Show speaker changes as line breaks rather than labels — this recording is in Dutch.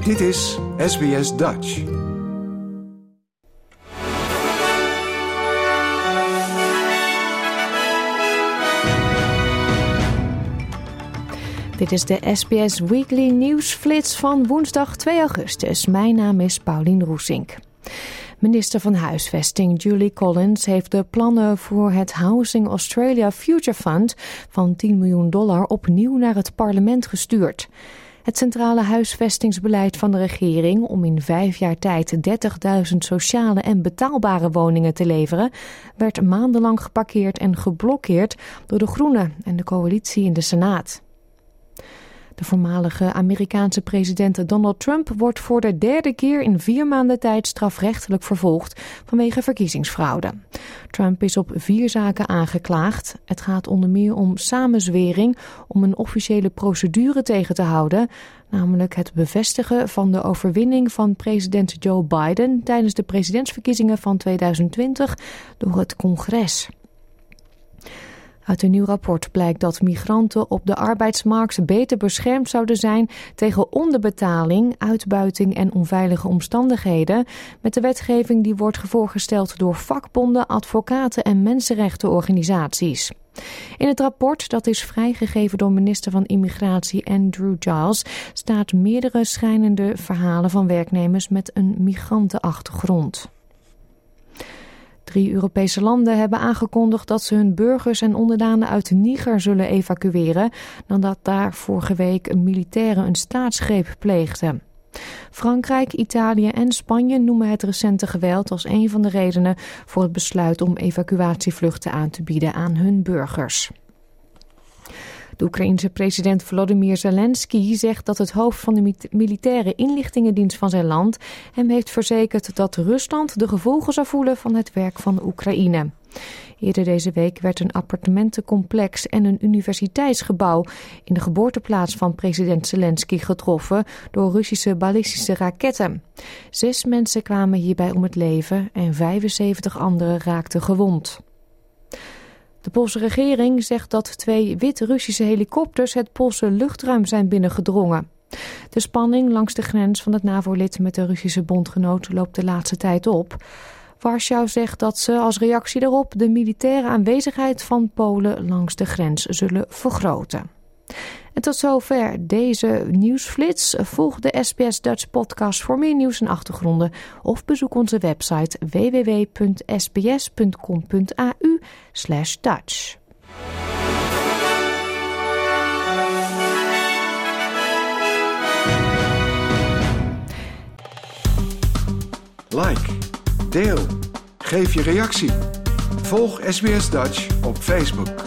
Dit is SBS Dutch.
Dit is de SBS Weekly Nieuwsflits van woensdag 2 augustus. Mijn naam is Paulien Roesink. Minister van Huisvesting Julie Collins heeft de plannen voor het Housing Australia Future Fund van $10 miljoen opnieuw naar het parlement gestuurd. Het centrale huisvestingsbeleid van de regering om in 5 jaar tijd 30.000 sociale en betaalbare woningen te leveren, werd maandenlang geparkeerd en geblokkeerd door de Groenen en de coalitie in de Senaat. De voormalige Amerikaanse president Donald Trump wordt voor de 3e keer in 4 maanden tijd strafrechtelijk vervolgd vanwege verkiezingsfraude. Trump is op 4 zaken aangeklaagd. Het gaat onder meer om samenzwering om een officiële procedure tegen te houden, namelijk het bevestigen van de overwinning van president Joe Biden tijdens de presidentsverkiezingen van 2020 door het congres. Uit een nieuw rapport blijkt dat migranten op de arbeidsmarkt beter beschermd zouden zijn tegen onderbetaling, uitbuiting en onveilige omstandigheden met de wetgeving die wordt voorgesteld door vakbonden, advocaten en mensenrechtenorganisaties. In het rapport, dat is vrijgegeven door minister van Immigratie Andrew Giles, staat meerdere schrijnende verhalen van werknemers met een migrantenachtergrond. 3 Europese landen hebben aangekondigd dat ze hun burgers en onderdanen uit Niger zullen evacueren nadat daar vorige week militairen een staatsgreep pleegden. Frankrijk, Italië en Spanje noemen het recente geweld als een van de redenen voor het besluit om evacuatievluchten aan te bieden aan hun burgers. De Oekraïense president Volodymyr Zelensky zegt dat het hoofd van de militaire inlichtingendienst van zijn land hem heeft verzekerd dat Rusland de gevolgen zou voelen van het werk van Oekraïne. Eerder deze week werd een appartementencomplex en een universiteitsgebouw in de geboorteplaats van president Zelensky getroffen door Russische ballistische raketten. 6 mensen kwamen hierbij om het leven en 75 anderen raakten gewond. De Poolse regering zegt dat 2 Wit-Russische helikopters het Poolse luchtruim zijn binnengedrongen. De spanning langs de grens van het NAVO-lid met de Russische bondgenoot loopt de laatste tijd op. Warschau zegt dat ze als reactie daarop de militaire aanwezigheid van Polen langs de grens zullen vergroten. En tot zover deze nieuwsflits. Volg de SBS Dutch podcast voor meer nieuws en achtergronden of bezoek onze website www.sbs.com.au/Dutch.
Like, deel, geef je reactie. Volg SBS Dutch op Facebook.